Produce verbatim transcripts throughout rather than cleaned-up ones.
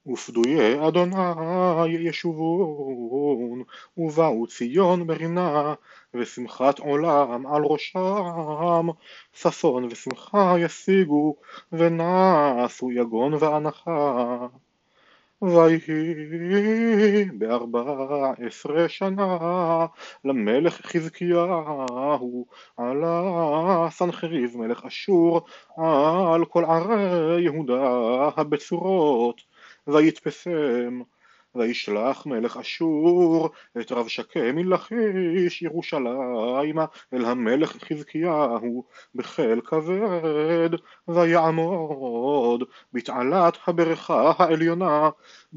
ופדויי אדוני ישובון, ובאו ציון ברינה, ושמחת עולם על ראשם, ששון ושמחה ישיגו, ונעשו יגון ואנחה. ויהי בארבע עשרה שנה למלך חזקיהו עלה סנחריב מלך אשור על כל ערי יהודה הבצורות, ויתפסם. וישלח מלך אשור את רב שקה מלכיש ירושלימה אל המלך חזקיהו בחיל כבד, ויעמוד בתעלת הברכה העליונה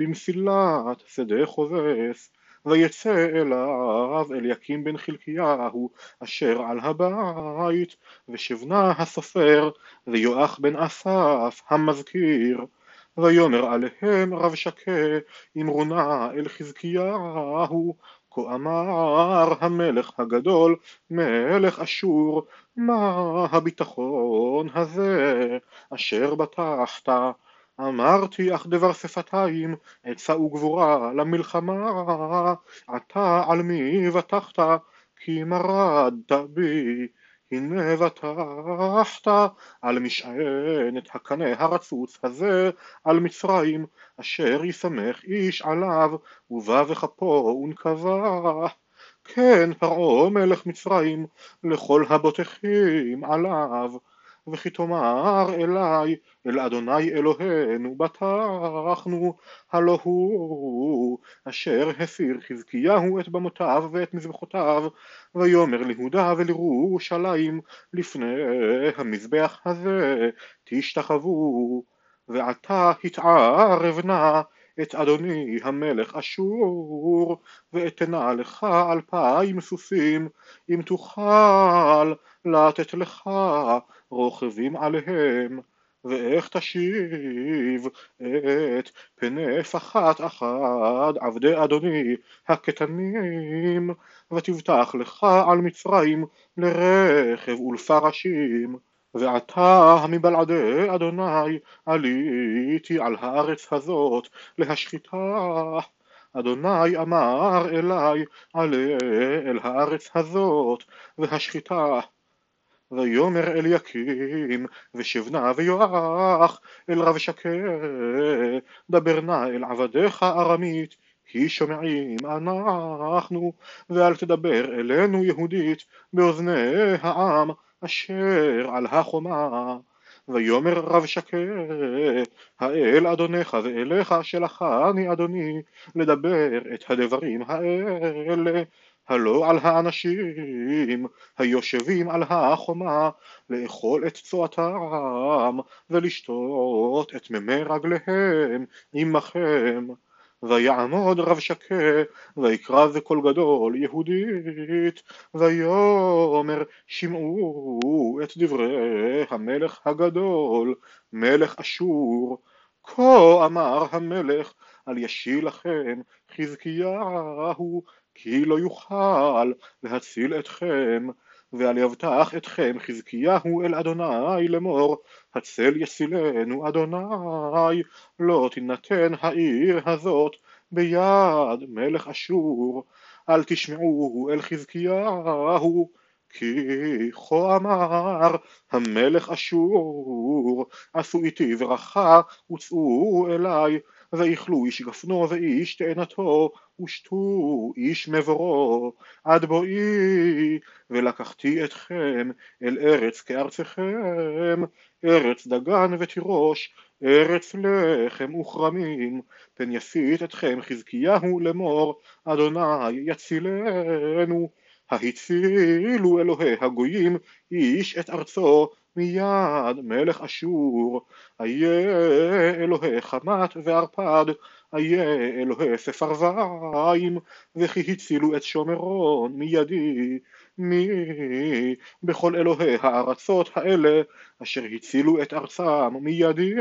במסילת שדה חובס, ויצא אליו אליקים בן חלקיהו אשר על הבית, ושבנה הסופר, ויואח בן אסף המזכיר. ויאמר עליהם רב שקה אמרו נא אל חזקיהו, כה אמר המלך הגדול מלך אשור, מה הביטחון הזה אשר בטחת? אמרתי אך דבר שפתיים, עצה וגבורה למלחמה, עתה על מי בטחת? כי מרדת בי. הנה בטחת על משענת הקנה הרצוץ הזה, על מצרים, אשר יסמך איש עליו, ובא וכפו ונקבה. כן פרעה מלך מצרים לכל הבוטחים עליו, וכי תאמר אלי אל אדוני אלוהינו בטחנו, הלא הוא אשר הסיר חזקיהו את במותיו ואת מזבחותיו, ויאמר ליהודה ולירושלים לפני המזבח הזה תשתחוו. ועתה התערב נא את אדוני המלך אשור, ואתנה לך אלפיים סוסים, אם תוכל לתת לך רוכבים עליהם. ואיך תשיב את פני פחת אחד עבדי אדוני הקטנים, ותבטח לך על מצרים לרכב ולפרשים. ועתה מבלעדי אדוני עליתי על הארץ הזאת להשחיתה. אדוני אמר אלי עלה אל הארץ הזאת והשחיתה. ויאמר אליקים ושבנה ויואח אל רב שקה, דבר נא אל עבדיך ארמית, כי שומעים אנחנו, ואל תדבר אלינו יהודית באוזני העם אשר על החומה. ויאמר רב שקה, האל אדונך ואליך שלחני אדוני לדבר את הדברים האלה, הלא על האנשים היושבים על החומה לאכול את צואתם ולשתות את מימי רגליהם עמכם. ויעמוד רב שקה ויקרא זה קול גדול יהודית, ויאמר שמעו את דברי המלך הגדול מלך אשור. כה אמר המלך, על ישיל לכם חזקיהו, כי לא יוכל להציל אתכם, ועל יבטח אתכם חזקיהו אל אדוני לאמור, הצל יסילנו אדוני, לא תינתן העיר הזאת ביד מלך אשור. אל תשמעו אל חזקיהו, כי כה אמר המלך אשור, עשו איתי ברכה וצאו אליי, ואיכלו איש גפנו ואיש תאנתו, ושתו איש מבורו, עד בואי ולקחתי אתכם אל ארץ כארצכם, ארץ דגן ותירוש, ארץ לחם וכרמים, פן יסית אתכם חזקיהו לאמור, אדוני יצילנו. ההצילו אלוהי הגויים איש את ארצו מיד מלך אשור, איה אלוהי חמת וערפד, איה אלוהי ספרווים, וכי הצילו את שומרון מידי. מי בכל אלוהי הארצות האלה אשר הצילו את ארצם מידי,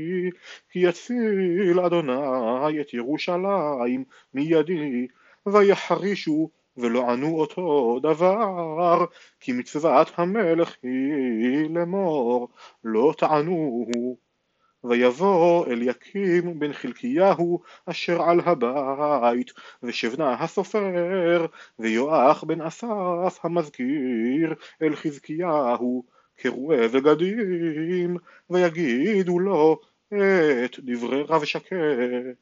כי יציל אדוני את ירושלים מידי. ויחרישו ולא ענו אותו דבר, כי מצוות המלך היא לאמור לא תענוהו. ויבוא אליקים בן חלקיהו אשר על הבית, ושבנה הסופר, ויואח בן אסף המזכיר אל חזקיהו קרואי בגדים, ויגידו לו את דברי רב שקה.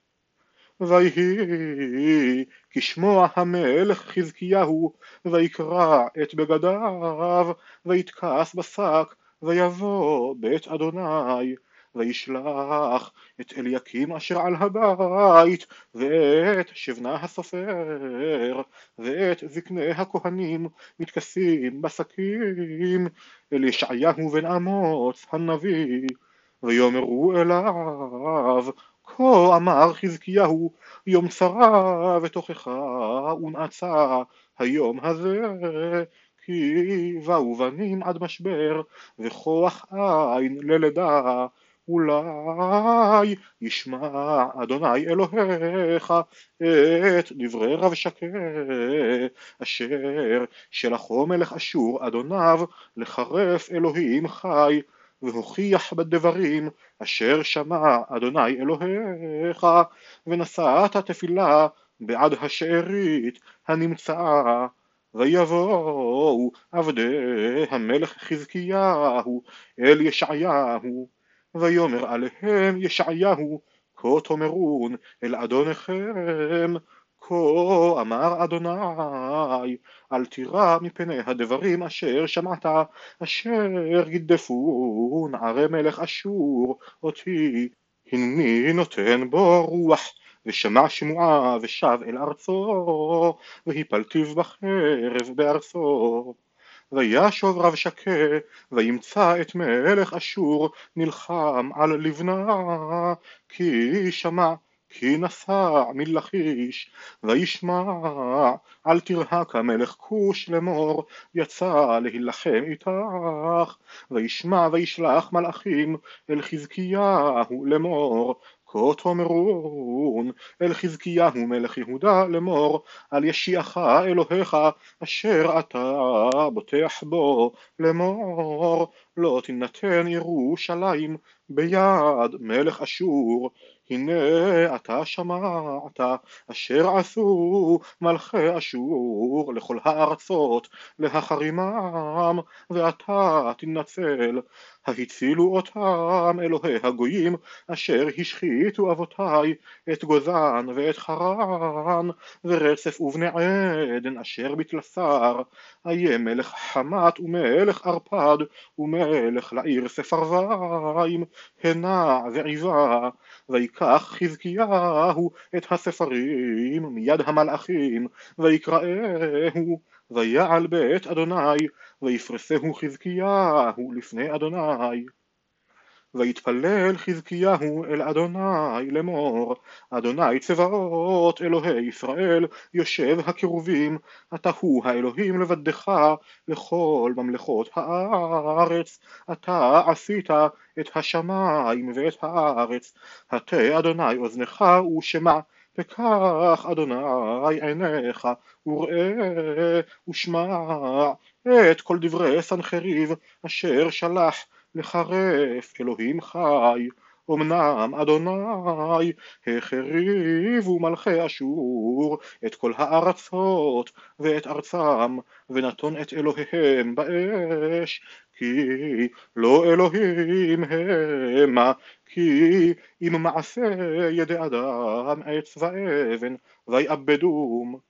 ויהי כשמוע המלך חזקיהו, ויקרע את בגדיו, ויתכס בשק, ויבוא בית אדוני, וישלח את אליקים אשר על הבית, ואת שבנה הסופר, ואת זקני הכהנים מתכסים בשקים, אל ישעיהו בן אמוץ הנביא, ויאמרו אליו, כה אמר חזקיהו, יום צרה ותוכחה ונאצה היום הזה, כי באו בנים עד משבר, וכוח עין ללידה, אולי ישמע אדוני אלוהיך את דברי רב שקה, אשר שלחו מלך אשור אדוניו לחרף אלוהים חי, והוכיח בדברים אשר שמע אדוני אלוהיך, ונשאת תפילה בעד השארית הנמצאה. ויבואו עבדי המלך חזקיהו אל ישעיהו, ויאמר עליהם ישעיהו, כה תאמרון אל אדוניכם, כה אמר אדוני, אל תירא מפני הדברים אשר שמעת, אשר גידפו נערי מלך אשור אותי, הנני נותן בו רוח, ושמע שמועה ושב אל ארצו, והפלתיו בחרב בארצו. וישוב רב שקה, וימצא את מלך אשור נלחם על לבנה, כי שמע כי נסע מלכיש, וישמע אל תרהק מלך כוש לאמור, יצא להילחם איתך, וישמע וישלח מלאכים אל חזקיהו לאמור, כה תאמרון אל חזקיהו מלך יהודה לאמור, על ישיעך אלוהיך אשר אתה בוטח בו לאמור, לא תינתן ירושלים ביד מלך אשור, הנה אתה שמעת אשר עשו מלכי אשור לכל הארצות להחרימם, ואתה תנצל, ההצילו אותם אלוהי הגויים אשר השחיתו אבותי, את גוזן ואת חרן ורצף ובני עדן אשר בתלסר, איה מלך חמת ומלך ארפד ומלך לעיר ספרווים, הנה ועיבה. ויקח חזקיהו את הספרים מיד המלאכים, ויקראהו, ויעל בית אדוני, ויפרסהו חזקיהו לפני אדוני. ויתפלל חזקיהו אל אדוני לאמור, אדוני צבאות אלוהי ישראל יושב הקרובים, אתה הוא האלוהים לבדך לכל ממלכות הארץ, אתה עשית את השמיים ואת הארץ, הטה אדוני אוזנך ושמע, וקח אדוני עיניך וראה ושמע את כל דברי סנחריב אשר שלח לחרף אלוהים חי. אמנם אדוני החריבו מלכי אשור את כל הארצות ואת ארצם, ונתון את אלוהיהם באש, כי לא אלוהים המה, כי אם מעשה ידי אדם עץ ואבן ויאבדום.